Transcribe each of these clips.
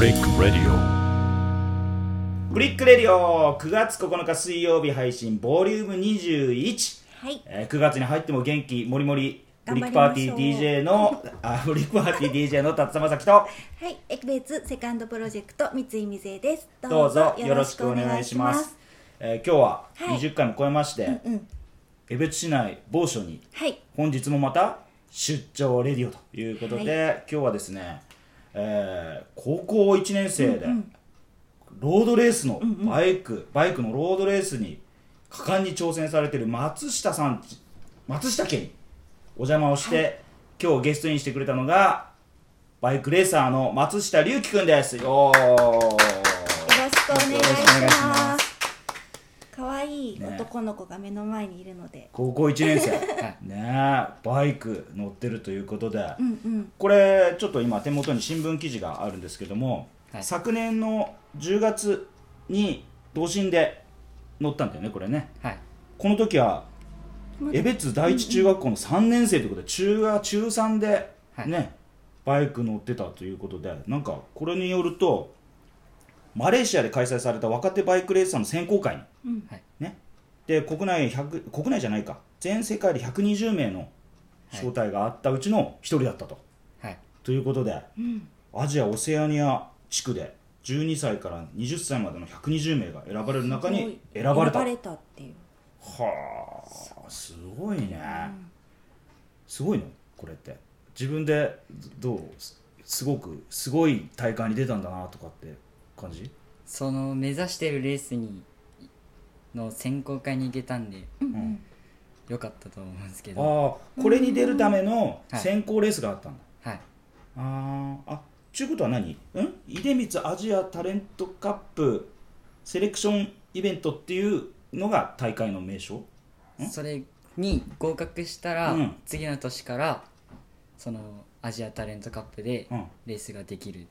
ブリックレディオ9月9日水曜日配信ボリューム21、 はい 9月に入っても元気もりもりブリックパーティー DJ のブリックパーティー DJ の辰田正樹とはい、エクベーツセカンドプロジェクト三井瑞恵です。 どうぞよろしくお願いします。今日は20回も超えまして、江別市内某所に本日もまた出張レディオということで、今日はですね、高校1年生でロードレースのバイクのロードレースに果敢に挑戦されている松下家にお邪魔をして、今日ゲストにしてくれたのがバイクレーサーの松下龍樹くんです。よろしくお願いします。可愛い男の子が目の前にいるので、 高校1年生ね、バイク乗ってるということで、これちょっと今手元に新聞記事があるんですけども、昨年の10月に同心で乗ったんだよね、これね。この時は江別第一中学校の3年生ということで、中3でね、バイク乗ってたということで、なんかこれによるとマレーシアで開催された若手バイクレーサーの選考会に、で国内じゃないか、全世界で120名の招待があったうちの1人だったと、ということで、アジアオセアニア地区で12歳から20歳までの120名が選ばれる中に選ばれたっていう。 はあ、すごいね、すごいのこれって。自分でどう、すごい大会に出たんだなとかって感じ？ その目指してるレースの選考会に行けたんで、よかったと思うんですけど。 これに出るための選考レースがあったんだ。ちゅうことは何？出光アジアタレントカップセレクションイベントっていうのが大会の名称？ それに合格したら、次の年からそのアジアタレントカップでレースができる。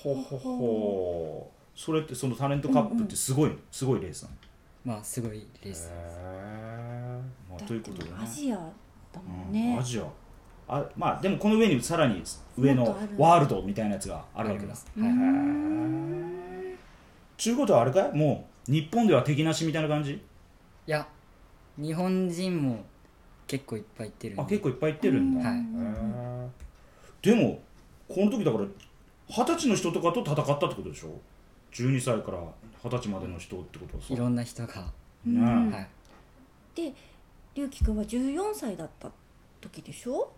それってそのタレントカップってすごいレースなの？ まあすごいレースです。 ということでね、 アジアだもんね。 アジア、まあでもこの上にさらに上のワールドみたいなやつがあるわけだ。ちゅうことはあれかい？もう日本では敵なしみたいな感じ？ いや、日本人も結構いっぱい行ってるんで。 結構いっぱい行ってるんだ。でもこの時だから20歳の人とかと戦ったってことでしょ？12歳から20歳までの人ってことはさ、 いろんな人がで、龍樹くんは14歳だった時でしょ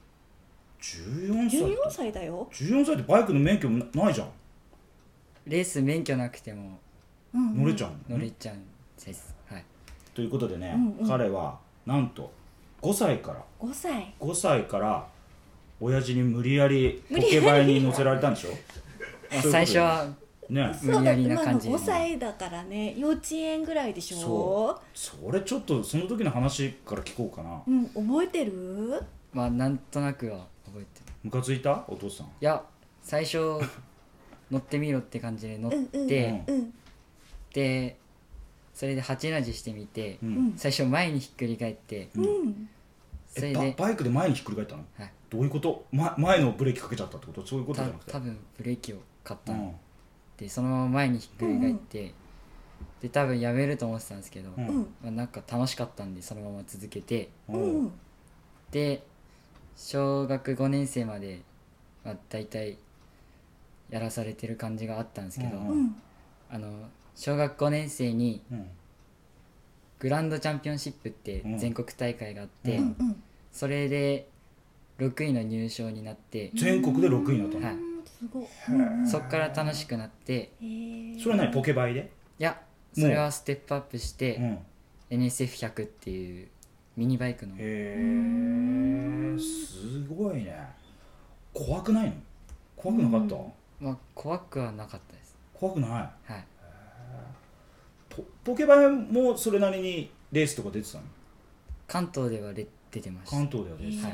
？14歳だよ。 14歳でバイクの免許ないじゃん。 レース免許なくても乗れちゃうです。 ということでね、彼はなんと5歳から親父に無理やりポケバイに乗せられたんでしょ？ 最初はね、 無理やりな感じ。 5歳だからね、幼稚園ぐらいでしょ？ それちょっとその時の話から聞こうかな。 覚えてる？ まあなんとなくは覚えてる。 ムカついた？お父さん。いや、最初乗ってみろって感じで乗って、でそれで8の字してみて、最初前にひっくり返って、それでバイクで前にひっくり返ったの？どういうこと？前のブレーキかけちゃったってこと？そういうことじゃなくて、 多分ブレーキを買ったの、でそのまま前にひっくり返って、で多分やめると思ってたんですけど、なんか楽しかったんでそのまま続けて、で小学5年生までだいたいやらされてる感じがあったんですけど、小学5年生にグランドチャンピオンシップって全国大会があって、それで6位の入賞になって、 全国で6位になったの？ すごい。 そっから楽しくなって。 それは何？ポケバイで？ いや、それはステップアップして、NSF100 っていうミニバイクの。 すごいね。怖くないの？怖くなかった？ 怖くはなかったです。 怖くない？ポケバイもそれなりにレースとか出てたの？ 関東では出てました。 関東では出てた。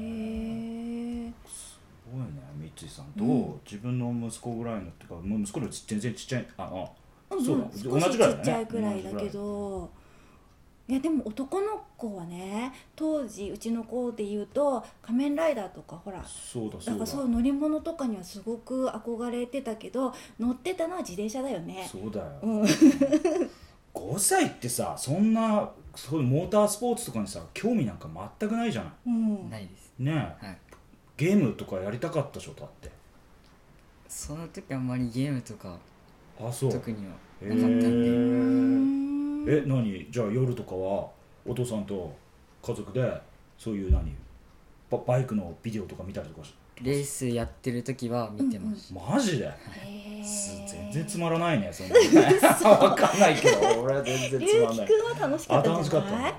すごいね、三井さん。どう？自分の息子ぐらいのってか、もう息子の全然ちっちゃい。そうだ、 少しちっちゃいぐらいだけど、 いやでも男の子はね、当時うちの子で言うと仮面ライダーとかほら、 そうだだからそういう乗り物とかにはすごく憧れてたけど、乗ってたのは自転車だよね。 そうだよ、 うん 5歳ってさ、そういうモータースポーツとかにさ興味なんか全くないじゃない、 うん、 ないです。 ねえ、 はい、 ゲームとかやりたかったでしょだって。 その時あんまりゲームとかあ、そう特にはなかったんで。 何じゃあ夜とかはお父さんと家族でそういうバイクのビデオとか見たりとかレースやってる時は見てました、 マジで、全然つまらないねそんな分かんないけど俺は全然つまらない。 ゆうきくんは楽しかったんじゃない？ 楽しかったんだ。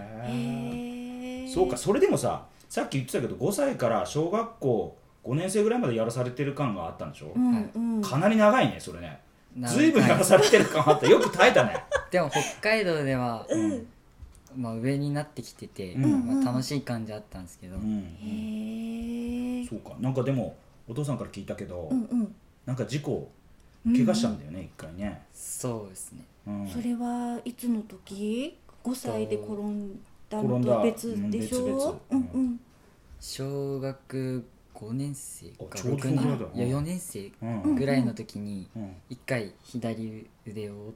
そうか。それでもさっき言ってたけど5歳から小学校5年生ぐらいまでやらされてる感があったんでしょ、かなり長いねそれね。ずいぶんやらされてる感あったよく耐えたねでも北海道では、まあ、上になってきてて、まあ、楽しい感じあったんですけど、 そうか。なんかでもお父さんから聞いたけど、なんか怪我したんだよね、一回ね。 そうですね、 それはいつの時？5歳で転んだのと別でしょ？ 小学5年生か 6 年いや 4年生ぐらいの時に1回左腕を折って、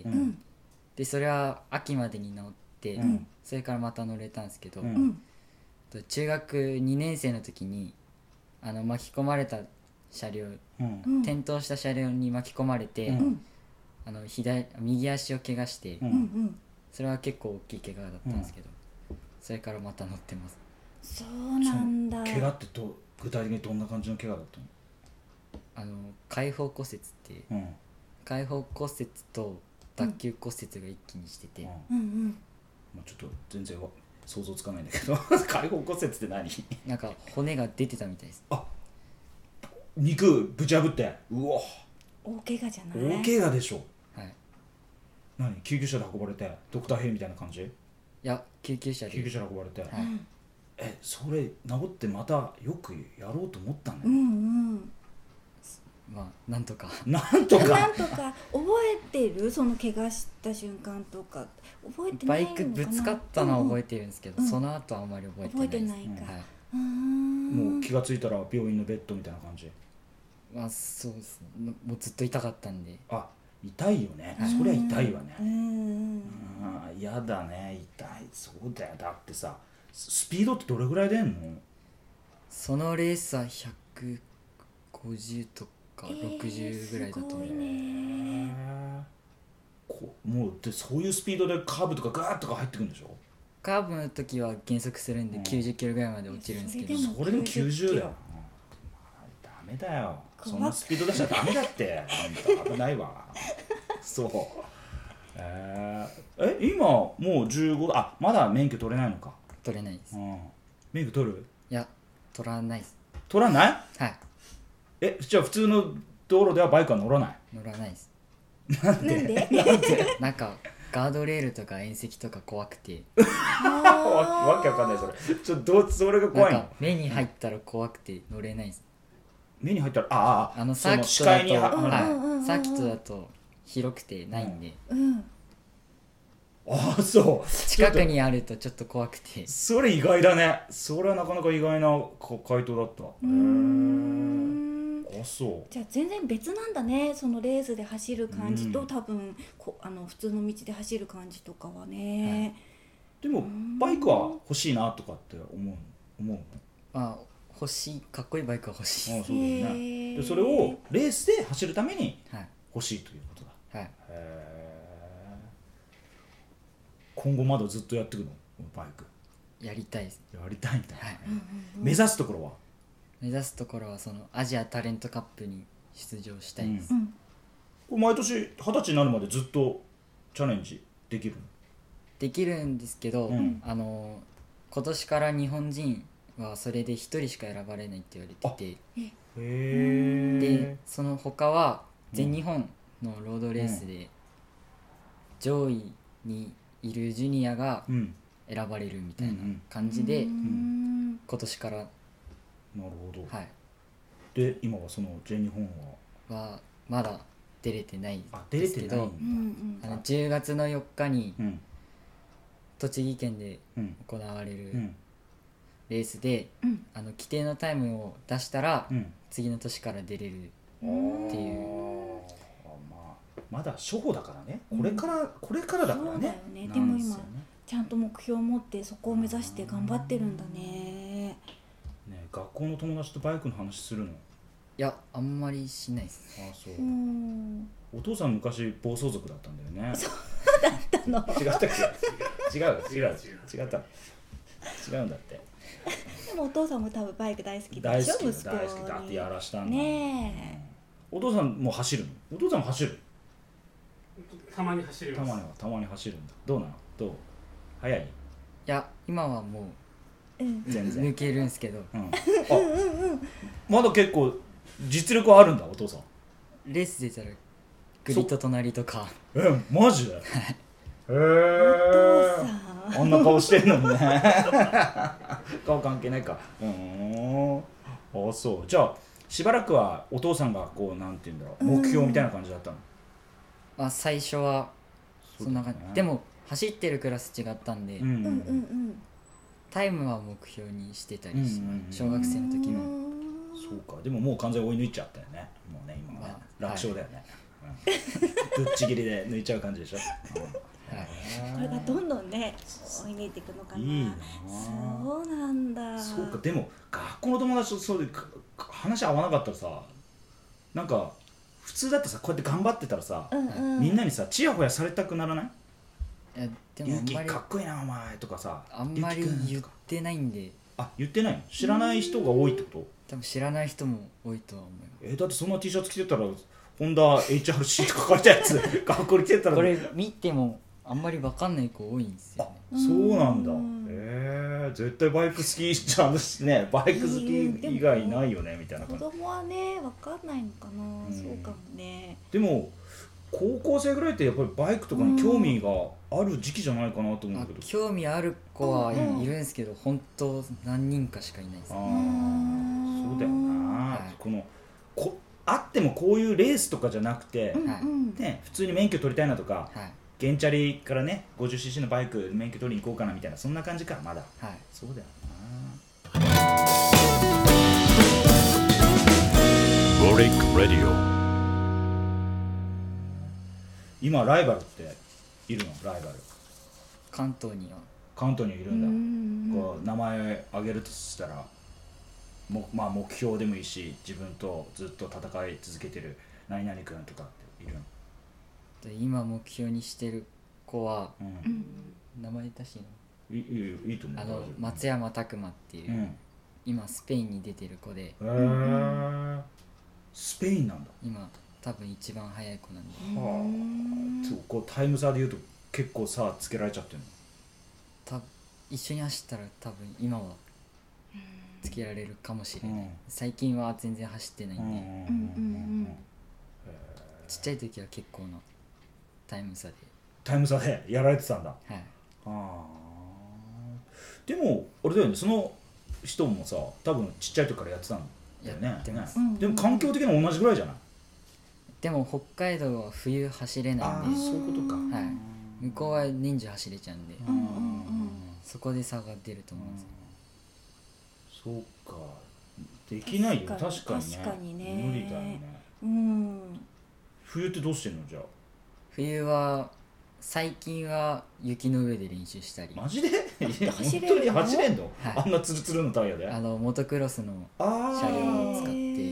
でそれは秋までに治って、それからまた乗れたんですけど、中学2年生の時に巻き込まれた車両、転倒した車両に巻き込まれて、右足を怪我して、それは結構大きい怪我だったんですけど、それからまた乗ってます。 そうなんだ。 怪我って具体的にどんな感じの怪我だったの？ 開放骨折って、開放骨折と脱臼骨折が一気にしてて、 まあ、ちょっと全然想像つかないんだけど開放骨折って何？ なんか骨が出てたみたいです。 あ、肉ぶち破って、うわ大怪我じゃない？ 大怪我でしょ。 はい。 何？救急車で運ばれてドクターヘイみたいな感じ？いや、救急車で運ばれて、 はい、 それ治ってまたよくやろうと思ったね。 まあなんとかなんとか覚えてる？その怪我した瞬間とか覚えてないのかな？ バイクぶつかったのは覚えてるんですけど、その後はあんまり覚えてないです。 か、 はい、 もう気がついたら病院のベッドみたいな感じ？ まあそうですね、もうずっと痛かったんで。 あ、痛いよね、そりゃ痛いわね。やだね、痛い。そうだよ。だってさ、スピードってどれぐらい出んの？ そのレースは150とか60ぐらいだと思う。 もうでそういうスピードでカーブとかガーッとか入ってくるんでしょ？ カーブの時は減速するんで90キロぐらいまで落ちるんですけど、 それでも90だよ。ダメだよ、そんなスピード出しちゃダメだって危ないわそう。今もう15だ。あ、まだ免許取れないのか？ 取れないです。 免許取る？ いや、取らないです。 取らない？ はい。 じゃあ普通の道路ではバイクは乗らない？ 乗らないです。 なんでなんかガードレールとか縁石とか怖くてわけわかんない。それちょっとそれが怖いの？ なんか目に入ったら怖くて乗れないです。 目に入ったらサーキットだと、サーキットだと広くてないんで、 そう近くにあるとちょっと怖くて。 それ意外だね。それはなかなか意外な回答だった。そう。 じゃあ全然別なんだね、そのレースで走る感じと、多分普通の道で走る感じとかはね、 でもバイクは欲しいなとかって思うの？ 欲しい、かっこいいバイクは欲しい。 そうだよね。でそれをレースで走るために欲しいということだ。 はい。 今後まだずっとやっていくの？バイクやりたいです。 やりたいんだ。 はい。 目指すところは？ 目指すところはそのアジアタレントカップに出場したいです。 毎年20歳になるまでずっとチャレンジできるの？ できるんですけど、今年から日本人はそれで1人しか選ばれないって言われてて、でその他は全日本のロードレースで上位にいるジュニアが選ばれるみたいな感じで、今年から。 なるほど。 はい。 で今はその全日本はまだ出れてないんですけど、10月の4日に栃木県で行われるレースで、規定のタイムを出したら、次の年から出れるっていう。 まだ初歩だからね、これからだからね。 そうだよね。でも今ちゃんと目標を持ってそこを目指して頑張ってるんだね。 学校の友達とバイクの話するの？いや、あんまりしないです。 そう。お父さん昔暴走族だったんだよね。 そうだったの？ 違ったっけ？違った違うんだって。 でもお父さんも多分バイク大好きでしょ？ 息子に大好きだってやらしたんだね。 お父さんも走るの？お父さんも走る？ たまに走ります。 たまに走るんだ。どうなの？どう？早い？いや、今はもう全然抜けるんすけど、 まだ結構実力はあるんだ。お父さんレース出たらグリと隣とか。 マジで？へえ。 お父さんあんな顔してんのにね。顔関係ないか。あ、そう。じゃあしばらくはお父さんがこうなんていうんだろう、目標みたいな感じだったの？ まあ最初はそんな感じ。でも走ってるクラス違ったんで、タイムは目標にしてたりします。小学生の時も。 そうか。でももう完全に追い抜いちゃったよね。もうね、今はね、楽勝だよね。ぶっちぎりで抜いちゃう感じでしょ。 これがどんどんね追い抜いていくのかな。 いいな。 そうなんだ。 そうか。でも学校の友達とそうで話合わなかったらさ、なんか普通だってさ、こうやって頑張ってたらさ、みんなにさチヤホヤされたくならない？ いや、でもユキかっこいいなお前とかさ、 あんまり言ってないんで。 あ、言ってないの？知らない人が多いってこと？ 多分知らない人も多いとは思います。 だってそんな T シャツ着てたらホンダ HRC とか書いたやつ学校に着てたらこれ見てもあんまり分かんない子多いんですよね。 そうなんだ。絶対バイク好きじゃんね。バイク好き以外いないよねみたいな感じ。 子供はね分かんないのかな。そうかもね。 でも高校生ぐらいってやっぱりバイクとかに興味がある時期じゃないかなと思うけど。 興味ある子はいるんですけど、本当何人かしかいないです。 そうだよな。あってもこういうレースとかじゃなくて、ね、普通に免許取りたいなとか、ゲンチャリからね 50cc のバイク免許取りに行こうかなみたいな、そんな感じか。まだ、そうだよな。ロリック・ラディオ。今ライバルっているの？ライバル関東にいるんだ。こう名前挙げるとしたらまあ目標でもいいし、自分とずっと戦い続けてる何々君とかっているの？ 今目標にしてる子は、名前出していいいと思う。 松山拓馬っていう、今スペインに出てる子で。 スペインなんだ。 今多分一番速い子なんで。 こうタイム差でいうと結構差つけられちゃってるの？ 一緒に走ったら多分今はつけられるかもしれない。最近は全然走ってないんで。ちっちゃい時は結構なタイム差でやられてたんだ。でもあれだよね、その人もさ多分ちっちゃい時からやってたんだよね。 やってます。 でも環境的には同じぐらいじゃない？ でも北海道は冬走れないんで。 そういうことか。 向こうは年中走れちゃうんで、そこで差が出ると思います。 そうか。できないよ。確かにね。無理だよね。冬ってどうしてんの？じゃあ冬は最近は雪の上で練習したり。 マジで？本当に走れんの？あんなツルツルのタイヤで。 モトクロスの車両を使って。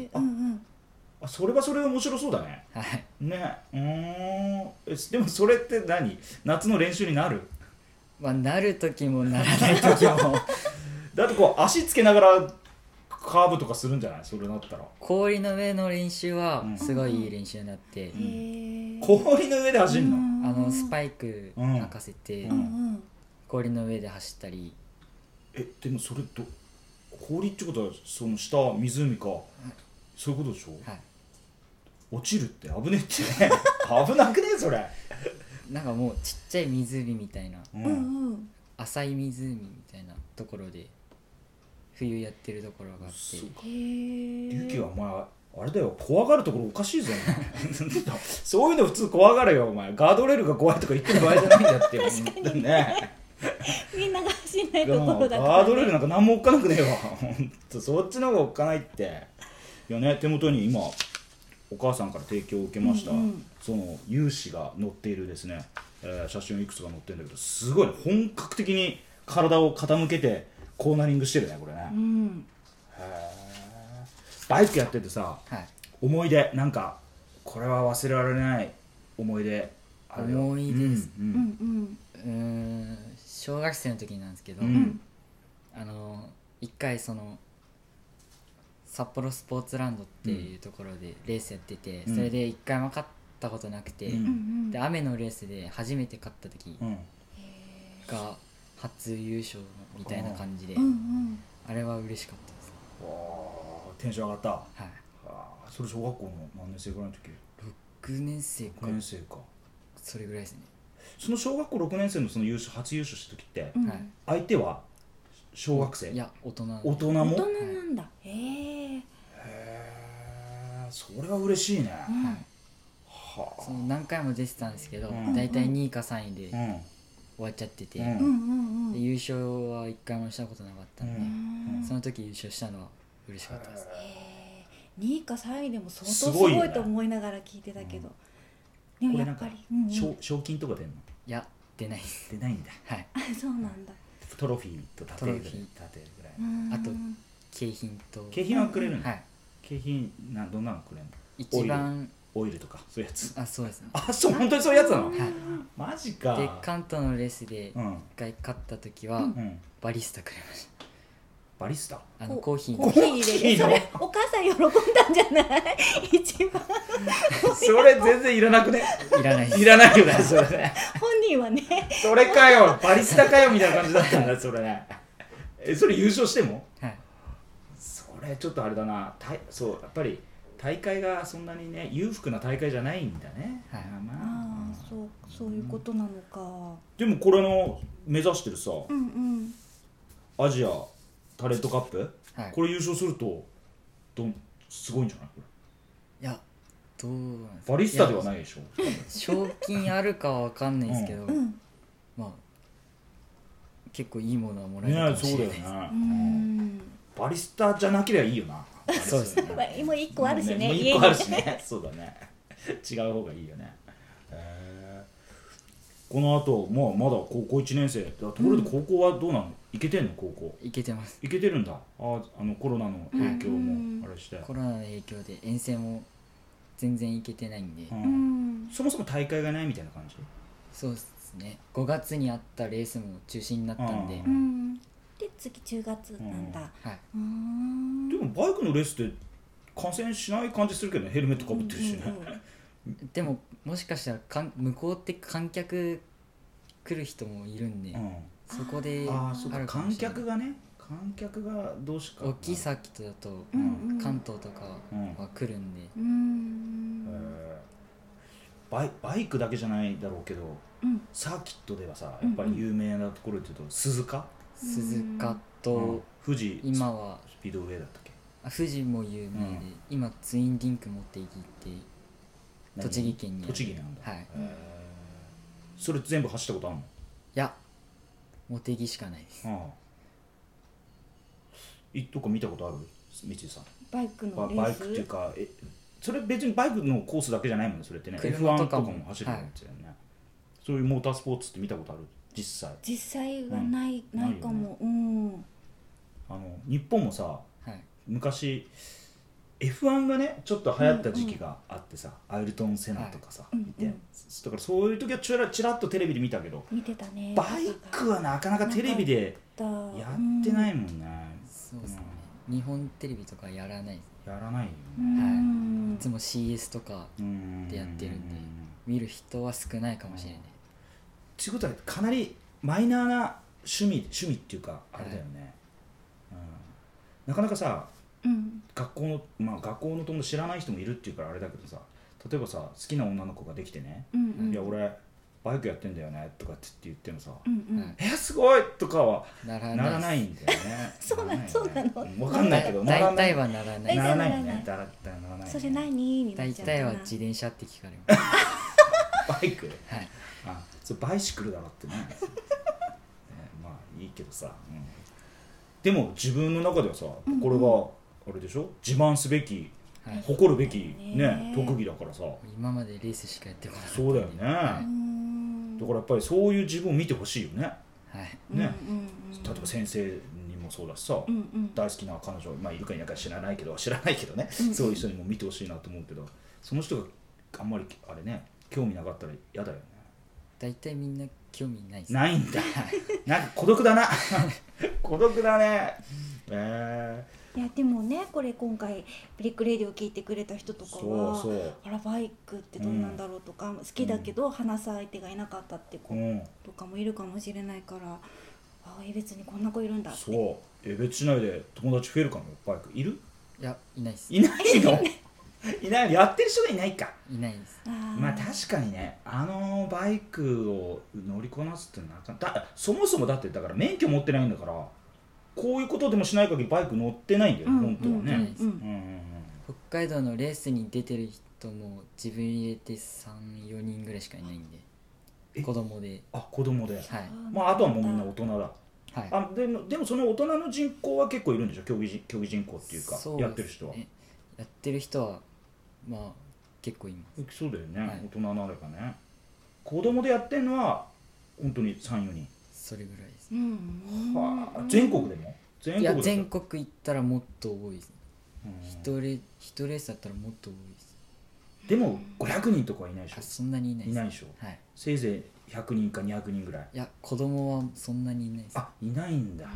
それはそれで面白そうだね。ね。でもそれって何？夏の練習になる？ なる時もならない時も。 だってこう足つけながらカーブとかするんじゃない？それだったら氷の上の練習はすごいいい練習になって、 氷の上で走るの？ スパイク履かせて氷の上で走ったり。 でもそれ氷ってことはその下湖か、そういうことでしょ？落ちるって危ねえってね。危なくねえそれ。 なんかもうちっちゃい湖みたいな、浅い湖みたいなところで冬やってるところがあって。 ゆきはお前あれだよ、怖がるところおかしいぞ。そういうの普通怖がるよお前。ガードレールが怖いとか言ってる場合じゃないんだって。 確かにね。 みんなが走んないところだから、 ガードレールなんか何も置かなくねえわほんとそっちの方が置かないって。いやね、手元に今お母さんから提供を受けました、その有志が載っているですね、写真いくつか載ってるんだけど、すごいね、本格的に体を傾けてコーナリングしてるねこれね、へえ。バイクやっててさ、思い出なんかこれは忘れられない思い出あるよ。 思い出です、小学生の時なんですけど、一回その札幌スポーツランドっていうところでレースやってて、それで一回も勝ったことなくて、で雨のレースで初めて勝った時が初優勝みたいな感じで、あれは嬉しかったです。 わあ、テンション上がった。 はい。 それ小学校の何年生ぐらいの時 ？6年生か。 6年生か。 それぐらいですね。その小学校6年生のその初優勝した時って、相手は小学生？ いや、大人も？ 大人なんだ。へえ。 それは嬉しいね。 その何回も出てたんですけど、だいたい2位か3位で終わっちゃってて、で優勝は1回もしたことなかったんで、その時優勝したのは嬉しかったです。 2位か3位でも相当すごいと思いながら聞いてたけど、 でもやっぱり賞金とか出るの？ いや、出ないです。 出ないんだ。 はい。そうなんだ。 トロフィーと盾ぐらい。 あと景品と。 景品はくれるの？ はい。 景品どんなのくれるの？ 一番オイルとかそういうやつ。 あ、そうですね。 あ、そう、本当にそういうやつなの？はい。マジか。 で、関東のレースで一回勝った時はバリスタくれました。 バリスタ？ コーヒー入れて、それお母さん喜んだんじゃない？一番。 それ全然いらなくね？ いらないです。 いらないよね、それね。 本人はね。 それかよ、バリスタかよみたいな感じだったんだ、それね。それ優勝しても？ はい。 それちょっとあれだな。そう、やっぱり大会がそんなにね、裕福な大会じゃないんだね。 はい。そういうことなのか。 でもこれの目指してるさ、アジアタレントカップ、これ優勝するとすごいんじゃない？ いや、どうなんですか？ バリスタではないでしょ。 賞金あるかは分かんないですけど、まあ結構いいものはもらえるかもしれないです。 そうだよね。バリスタじゃなければいいよな。 そうですね。 もう1個あるしね。 もう1個あるしね。そうだね。違う方がいいよね。この後、まだ高校1年生。ところで高校はどうなの？行けてんの？高校。 行けてます。 行けてるんだ。コロナの影響もあれして。 コロナの影響で遠征も全然行けてないんで。 そもそも大会がないみたいな感じ？ そうですね。5月にあったレースも中止になったんで。 で、次10月なんだ。 はい。 でもバイクのレースって感染しない感じするけどね、ヘルメットかぶってるしね。 でももしかしたら向こうって観客来る人もいるんで、そこであるかもしれない。 観客がどうしか大きいサーキットだと関東とかは来るんで、 バイクだけじゃないだろうけど、サーキットではさ、やっぱり有名なところっていうと鈴鹿と富士、 今はスピードウェイだったっけ？ 富士も有名で、今ツインリンク持っていきって栃木県にある。 栃木なんだ。 はい。 それ全部走ったことあるの？ いや、茂木しかないです。 どこ見たことある？道さん。 バイクのレース？ バイクっていうか、それ別にバイクのコースだけじゃないもんね、それってね。F1 とかも走るやつだよね。そういうモータースポーツって見たことある？実際はないかも。 日本もさ、昔F1 がねちょっと流行った時期があってさ、アイルトン・セナとかさ、いて、だからそういう時はちらっとテレビで見たけど、 見てたね。 バイクはなかなかテレビでやってないもんね。 そうですね。日本テレビとかやらないです。 やらないよね。いつも CS とかでやってるんで、見る人は少ないかもしれない。 っていうことはかなりマイナーな趣味っていうかあれだよね。なかなかさ、学校の友達知らない人もいるっていうからあれだけどさ、例えばさ好きな女の子ができてね、いや俺バイクやってんだよねとかって言ってもさ、すごいとかはならないんだよね。 そうなの？ 分かんないけど大体はならない。 ならないよね。 それ何？ 大体は自転車って聞かれます。 バイク？ はい。 それバイシクルだろってね。 いいけどさ、でも自分の中ではさ、これがあれでしょ、自慢すべき、誇るべきね特技だからさ。 今までレースしかやってこなかった。 そうだよね。だからやっぱりそういう自分を見てほしいよね。ね、例えば先生にもそうだしさ、大好きな彼女、いるかいないか知らないけどね、そういう人にも見てほしいなと思うけど、その人があんまりあれね、興味なかったら嫌だよね。 大体みんな興味ないです。 ないんだ。なんか孤独だな。孤独だね。 いやでもね、これ今回ブリックレディを聞いてくれた人とかは、あらバイクってどうなんだろうとか、好きだけど話す相手がいなかったって子とかもいるかもしれないから、別にこんな子いるんだって。 そう別市内で友達増えるかも。バイクいる？ いや、いないです。 いないの？いない。やってる人がいないか。 いないです。 確かにね、バイクを乗りこなすってなかなか、そもそもだってだから免許持ってないんだから、こういうことでもしない限りバイク乗ってないんだよね、本当はね。 北海道のレースに出てる人も自分入れて 3,4 人ぐらいしかいないんで、子供で。 子供で。 はい。 あとはもうみんな大人だ。 はい。 でもその大人の人口は結構いるんでしょ、競技人口っていうか、やってる人は。 やってる人は結構います。 そうだよね、大人なればね。子供でやってるのは本当に 3,4 人。 それぐらいです。 全国でも？ いや、全国行ったらもっと多いです。1レースだったらもっと多いです。 でも500人とかはいないでしょ。 そんなにいないです。 いないでしょ。せいぜい100人か200人ぐらい。 いや、子供はそんなにいないです。 いないんだ。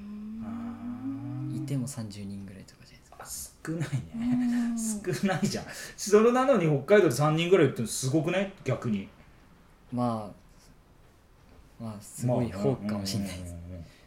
いても30人ぐらいとかじゃないですか。少ないね。少ないじゃん。それなのに北海道で3人ぐらいってすごくない？逆に。 すごいフォークかもしれないです。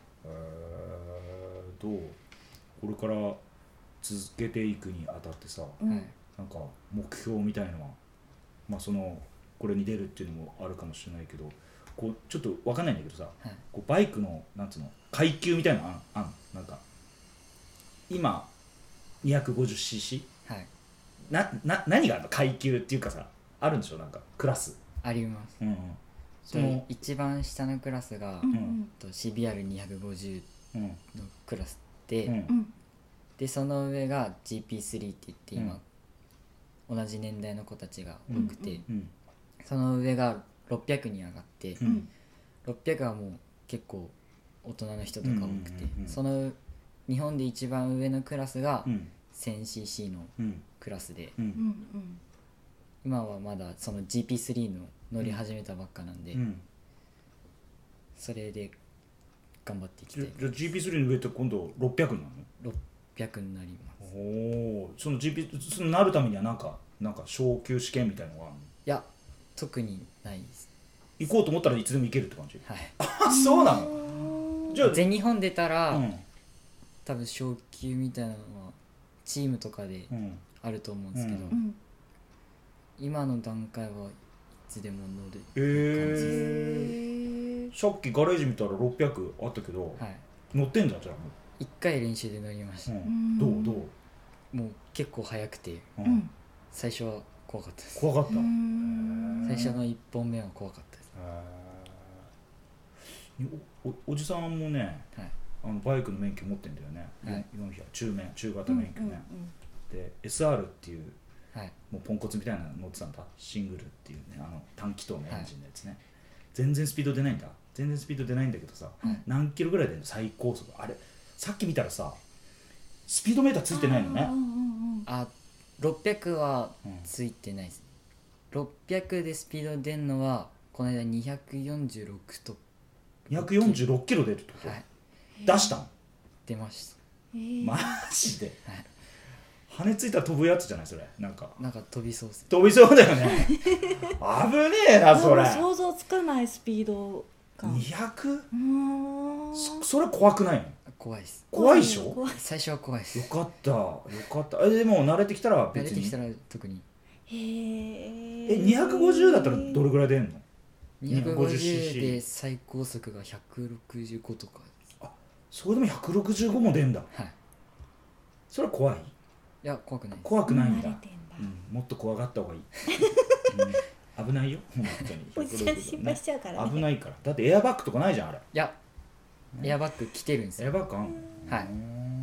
どう？これから続けていくにあたってさ、なんか目標みたいのは、これに出るっていうのもあるかもしれないけど、ちょっと分かんないんだけどさ、バイクのなんつうの階級みたいななんか今 250cc、何があるの？階級っていうかさ、あるんでしょ、なんかクラス。 あります。一番下のクラスが、CBR250 のクラスで、でその上が GP3 って言って、今同じ年代の子たちが多くて、その上が600に上がって、600はもう結構大人の人とか多くて、その日本で一番上のクラスが 1000cc のクラスで、今はまだその GP3 の乗り始めたばっかなんで、それで頑張っていきたい。 じゃあ GP3 の上って今度600になるの ？600になります。 その GP そのなるためにはなんか昇級試験みたいなのがあるの？ いや、特にないです。 行こうと思ったらいつでも行けるって感じ？ はい。 そうなの？ じゃあ全日本出たら、多分昇級みたいなのはチームとかであると思うんですけど、今の段階はいつでも乗る感じです。 さっきガレージ見たら600あったけど、乗ってんだ。じゃあもう 1回練習で乗りました。 どう？ もう結構速くて、最初は怖かったです。 怖かった。 最初の1本目は怖かったです。 おじさんもね、バイクの免許持ってんだよね。中型免許ね。で SR っていう、もうポンコツみたいなの乗ってたんだ。シングルっていうね、短気筒のエンジンのやつね。全然スピード出ないんだ。全然スピード出ないんだけどさ、何キロぐらい出るの？最高速。あれさっき見たらさ、スピードメーターついてないのね。 600はついてないです。600でスピード出るのはこの間246と 246キロ出るってこと？出したの？ 出ました。 マジで？羽ついたら飛ぶやつじゃないそれ？なんか飛びそうです。 飛びそうだよね。危ねえなそれ。 想像つかないスピードが。 200？それ怖くないの？ 怖いです。 怖いでしょ？ 最初は怖いです。 よかった。でも慣れてきたら別に。 慣れてきたら特に。 250だったらどれぐらい出るの ？250で最高速が165とか。 それでも165も出るんだ。それは怖い？ いや、怖くない。 怖くないんだ。もっと怖がった方がいい。危ないよ本当に。 おじさん心配しちゃうからね。 危ないから。だってエアバッグとかないじゃんあれ。 いや、 エアバッグ着てるんですよ。 エアバッグあんの？ はい。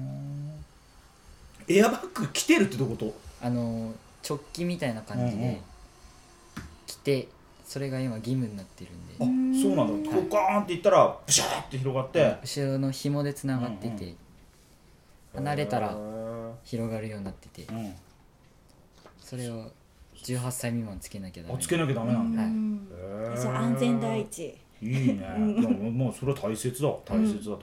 エアバッグ着てるってどういうこと？ 直帰みたいな感じで着て、それが今義務になってるんで。あ、そうなんだ。こうガーンっていったらブシャーって広がって、 後ろの紐でつながってて、離れたら広がるようになってて、それを18歳未満つけなきゃダメ。 つけなきゃダメなんだ。 はい。じゃあ安全第一。 いいね。もうそれは大切だ。大切だ。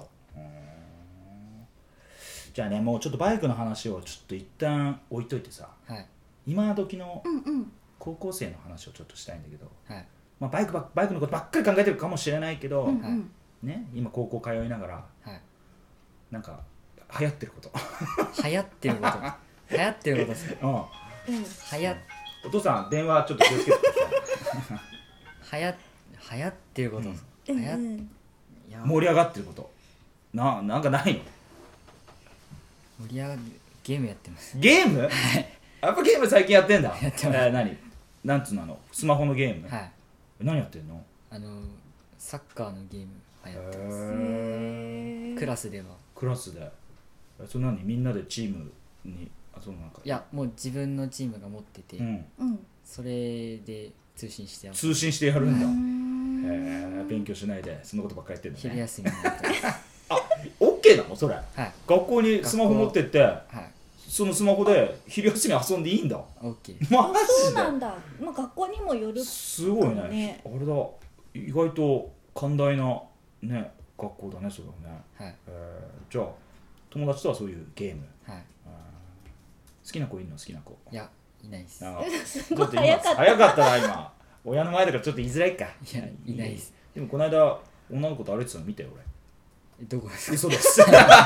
じゃあね、もうちょっとバイクの話をちょっと一旦置いといてさ、はい、今時の高校生の話をちょっとしたいんだけど、はい、まあ、バイクのことばっかり考えてるかもしれないけど、ね、今高校通いながら、はい、なんか流行ってること流行ってることですか？お父さん電話ちょっと気をつけてください。流行ってること、 盛り上がってることなんかないの？ 盛り上がるゲームやってます。 ゲーム？はい。やっぱゲーム最近やってんだ。 やってます。 なんつうの、スマホのゲーム？はい。何やってんの？ サッカーのゲーム流行ってます。クラスでは。 クラスで。それ何？みんなでチームになんか。 いや、もう自分のチームが持ってて、それで通信してやるんだ。勉強しないでそのことばっかりやってんだね。 昼休みになってます。 オッケーなのそれ？ はい。 学校にスマホ持ってって、はい、そのスマホで昼休み遊んでいいんだ。 オッケー。 マジで？そうなんだ。まあ学校にもよる。 すごいね。あれだ。意外と寛大なね学校だねそれはね。はい。じゃあ友達とはそういうゲーム。はい。好きな子いるの？好きな子。 いや、いないです。 すごい早かったな今。親の前だからちょっと言いづらいか。 いや、いないです。 でもこの間女の子と歩いてたの見たよ俺。 どこですか？ 嘘です。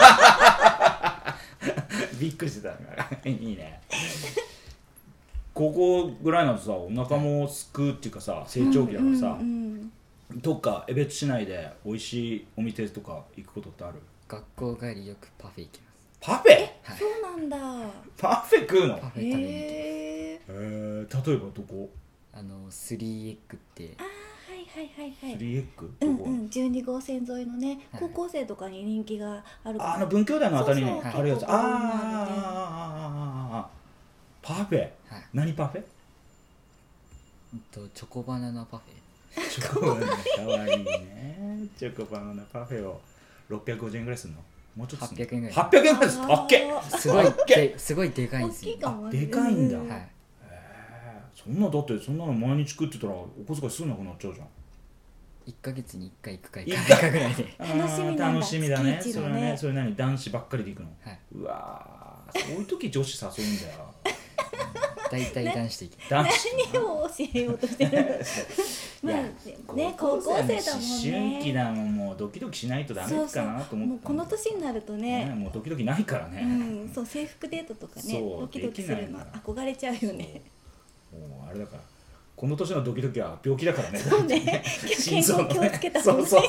びっくりしてた。いいね。高校ぐらいのさ、お腹もすくっていうかさ、成長期だからさ、どっか江別市内で美味しいお店とか行くことってある？ 学校帰りよくパフェ行きます。 パフェ？はい、 そうなんだ。 パフェ食うの？ パフェ食べに行って。 例えばどこ 3エッグって。 はい 3エッグ？ うん、12号線沿いのね、高校生とかに人気があるから。 文教大のあたりにあるやつ。パフェ。何パフェ？ チョコバナナパフェ。 チョコバナナかわいいね。チョコバナナパフェを650円ぐらいするの？もうちょっとするの ？800円ぐらい。 800円ぐらいです。あっけ。 すごいでかいんですよ。 でかいんだ。 はい。 そんなの毎日食ってたらお小遣いすぐなくなっちゃうじゃん。 1ヶ月に1回行くか行かないかぐらいで。 楽しみだね。それはね。それ何？男子ばっかりで行くの？はい。うわー、そういう時女子誘うんだよ。 大体男子で行く。 何を教えようとしてるの？まあね、高校生だもんね。 思春期だもん、もうドキドキしないとダメかなと思って。 もうこの年になるとね、 もうドキドキないからね。 そう、制服デートとかね、ドキドキするの憧れちゃうよね。 もうあれだから。この年のドキドキは病気だからね。 そうね。健康気をつけた方がね。 そう。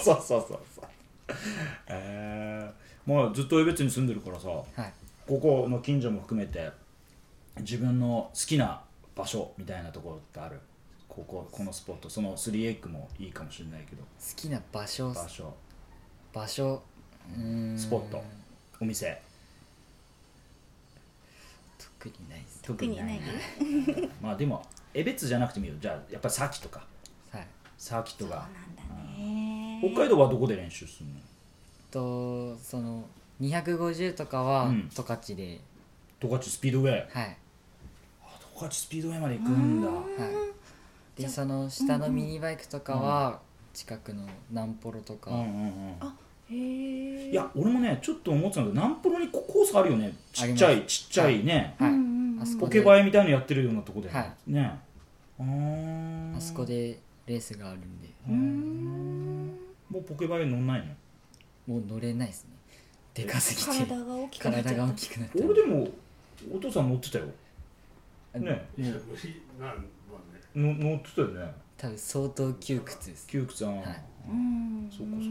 もうずっと江別に住んでるからさ、ここの近所も含めて自分の好きな場所みたいなところってある？このスポット、その3エッグもいいかもしれないけど。 好きな場所。スポット、お店。 特にないです。 特にない。 まあでも江別じゃなくてもいいよ。じゃあやっぱりサーキットか。 はい。 サーキットが。 そうなんだね。 北海道はどこで練習するの？その250とかは十勝で。 十勝スピードウェイ。 はい。 十勝スピードウェイまで行くんだ。はい。 でその下のミニバイクとかは近くの南幌とか。 いや俺もねちょっと思ってたんだけど、南幌にコースあるよね。ちっちゃいね。はい。ポケバイみたいのやってるようなとこで。はい。ね。 あそこでレースがあるんで。 もうポケバイ乗んないの？ もう乗れないですね。でかすぎて。 体が大きくなって。 俺でもお父さん乗ってたよ。ね。乗ってたよね。 多分相当窮屈です。 窮屈。はい。そうか。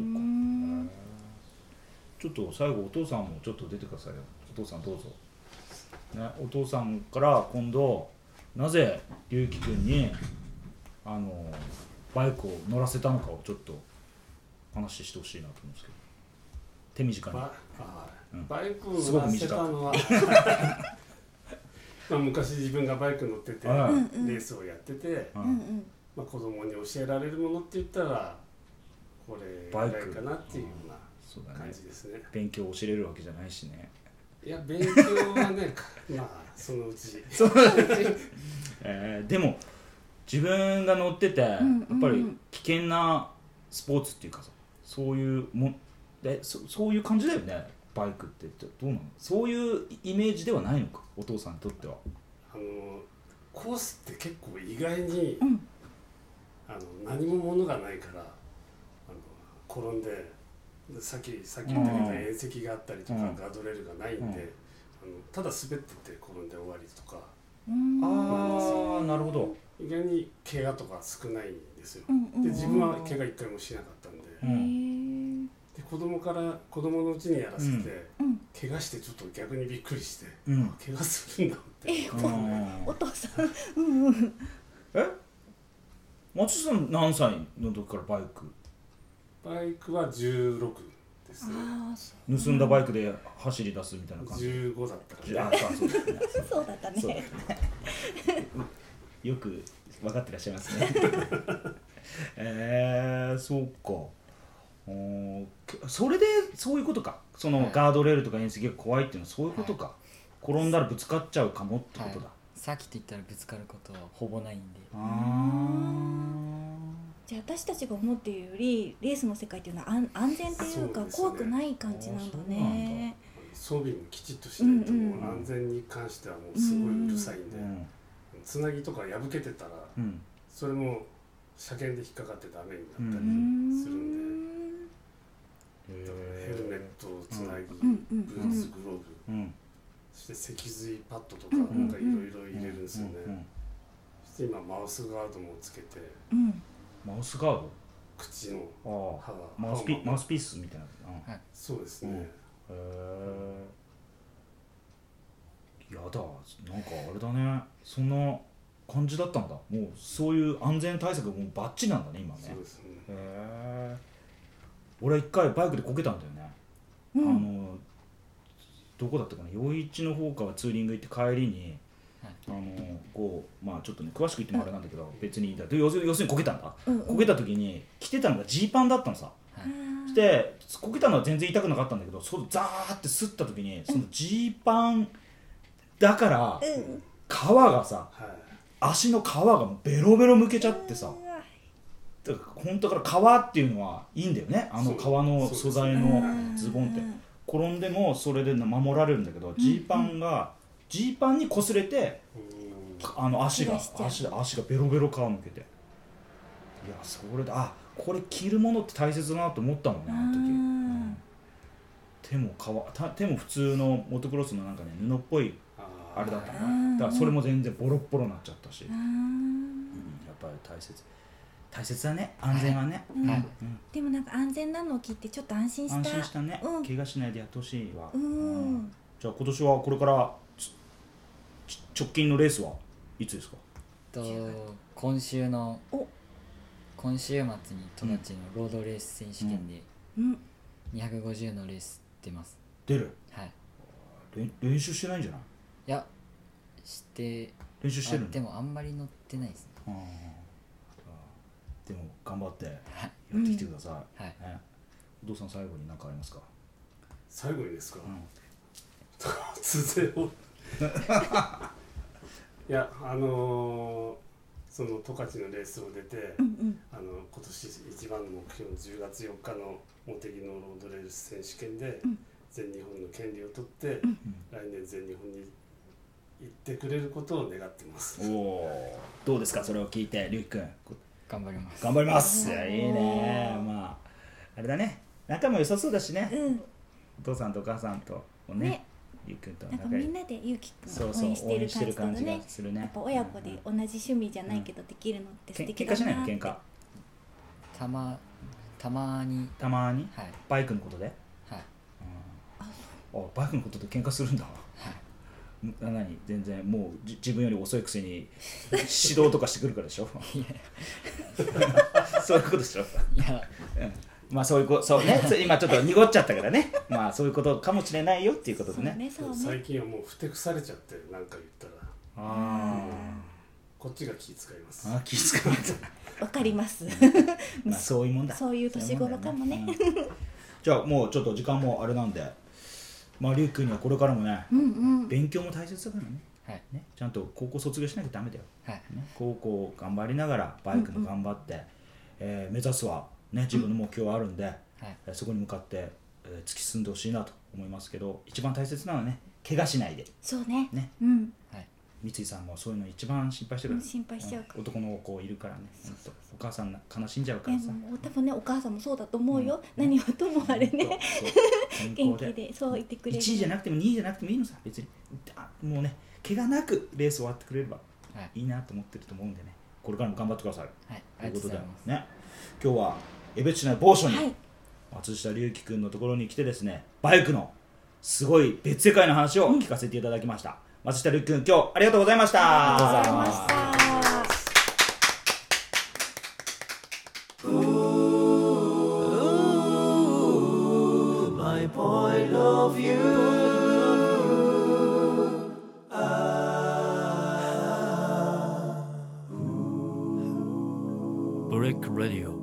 ちょっと最後お父さんもちょっと出てくださいよ。お父さんどうぞ。ね、お父さんから今度なぜ龍樹くんにバイクを乗らせたのかをちょっと話してほしいなと思うんですけど。 手短に。 バイクを乗らせたのはまあ昔自分がバイク乗っててレースをやってて、まあ、子供に教えられるものって言ったらこれぐらいかなっていうような感じですね。 勉強を教えれるわけじゃないしね。 いや勉強はねまあそのうちでも自分が乗っててやっぱり危険なスポーツっていうかさ、そういうそういう感じだよね。バイクってどうなの？そういうイメージではないのか、お父さんにとっては。 コースって結構意外に、何も物がないから転んでさっき言ったけど縁石があったりとか、ガードレールがないんで、ただ滑ってって転んで終わりとか。 なるほど。 意外に怪我とか少ないんですよ。で自分は怪我一回もしなかったんで。で子供のうちにやらせて、怪我してちょっと逆にびっくりして、怪我するんだって。 お父さん。 松下さん何歳の時からバイクは16ですね。 盗んだバイクで走り出すみたいな感じ。 15だったからね。 そうだったね。 よく分かってらっしゃいますね。そうか。それでそういうことか。そのガードレールとか縁石が怖いっていうのはそういうことか。転んだらぶつかっちゃうかもってことだ。 さっきって言ったらぶつかることはほぼないんで。 じゃあ私たちが思っているよりレースの世界っていうのは安全っていうか怖くない感じなんだね。 装備もきちっとしないと安全に関してはもうすごいうるさいんで、つなぎとか破けてたらそれも車検で引っかかってダメになったりするんで、ヘルメットをつなぎ、ブーツ、グローブ、そして脊髄パッドとかなんかいろいろ入れるんですよね。そして今マウスガードもつけて、 マウスガード、 口の歯がマウスピースみたいな。 そうですね。 やだ、なんかあれだね、そんな感じだったんだ。もうそういう安全対策もうバッチリなんだね今ね。 そうですね。 俺は一回バイクでこけたんだよね。どこだったかな、余市の方からツーリング行って帰りに、こうまあちょっとね詳しく言ってもあれなんだけど、別にいいんだ。要するにこけたんだ。こけた時に着てたのがジーパンだったのさ。でこけたのは全然痛くなかったんだけど、それザーって擦った時にそのジーパンだから皮がさ、足の皮がベロベロむけちゃってさ、だから本当から皮っていうのはいいんだよね、あの皮の素材のズボンって。転んでもそれで守られるんだけど、ジーパンに擦れて足がベロベロ皮むけて、いやそれでこれ着るものって大切だなと思ったもんね、あの時。手も普通のモトクロスのなんかね布っぽいあれだったね。だからそれも全然ボロッボロになっちゃったし、やっぱり大切だね、安全はね。 でもなんか安全なのを聞いてちょっと安心した。 安心したね。怪我しないでやってほしいわ。じゃあ今年はこれから直近のレースはいつですか？ 今週末に十勝のロードレース選手権で250のレース出ます。 出る？ はい。 練習してないんじゃない？ いや、 練習してるんだ。 でもあんまり乗ってないですね。 でも頑張ってやってきてください。お父さん最後に何かありますか？ 最後にですか？突然いやその十勝のレースを出て、今年一番の目標の10月4日の茂木のロードレース選手権で全日本の権利を取って、来年全日本に行ってくれることを願ってます。 どうですか、それを聞いて、りゅうきくん。 頑張ります。 頑張ります。いいね。まああれだね、仲も良さそうだしね。お父さんとお母さんとね、ゆうくんとなんかみんなでゆうきくんを応援してる感じがするね。やっぱ親子で同じ趣味じゃないけどできるのって素敵だなって。 喧嘩しないの？喧嘩たまにはい。バイクのことで？ はい。 バイクのことで喧嘩するんだ。何？全然もう自分より遅いくせに指導とかしてくるからでしょ？そういうことでしょ？ いや、 まあそういうことそうね今ちょっと濁っちゃったからねまあそういうことかもしれないよっていうことでね。 最近はもうふてくされちゃって何か言ったらこっちが気遣います。 気遣いますわかりますまあそういうもんだ。 そういう年頃かもね、 じゃあもうちょっと時間もあれなんで、まありゅうくんにはこれからもね、勉強も大切だからね。ね、ちゃんと高校卒業しなきゃダメだよ、ね、高校頑張りながらバイクも頑張って、目指すは、ね、自分の目標はあるんで、そこに向かって、突き進んでほしいなと思いますけど、一番大切なのはね怪我しないで。 そうね、 三井さんもそういうの一番心配してる、 心配しちゃうから、 男の子いるからね、お母さん悲しんじゃうからさ。 多分ねお母さんもそうだと思うよ、何はともあれね元気でそう言ってくれる。 1位じゃなくても2位じゃなくてもいいのさ、別にもうね怪我なくレース終わってくれればいいなと思ってると思うんでね、これからも頑張ってください。 ということでね、今日は江別市内某所に松下龍樹くんのところに来てですね、バイクのすごい別世界の話を聞かせていただきました。松下龍樹くん、今日ありがとうございました。 ありがとうございました。My point of view Brick Radio